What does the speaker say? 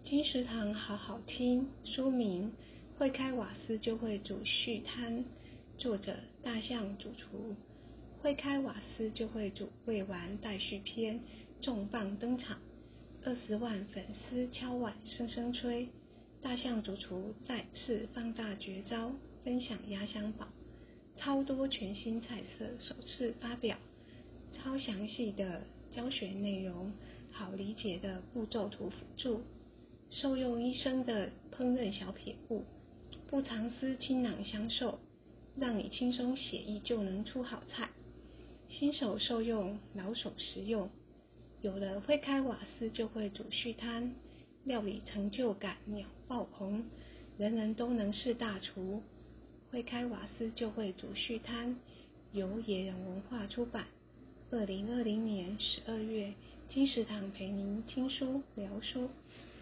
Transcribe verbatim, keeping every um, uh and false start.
金石堂好好听，书名会开瓦斯就会煮续摊，作者大象主厨。会开瓦斯就会煮未完待续篇重磅登场，二十万粉丝敲碗声声吹，大象主厨再次放大绝招，分享压箱宝，超多全新菜色首次发表，超详细的教学内容，好理解的步骤图辅助，受用一生的烹饪小撇步，不藏私倾囊相授，让你轻松写意就能出好菜。新手受用，老手实用。有了会开瓦斯就会煮续摊，料理成就感秒爆红，人人都能是大厨。会开瓦斯就会煮续摊，由野人文化出版。二零二零年十二月，金石堂陪您听书聊书。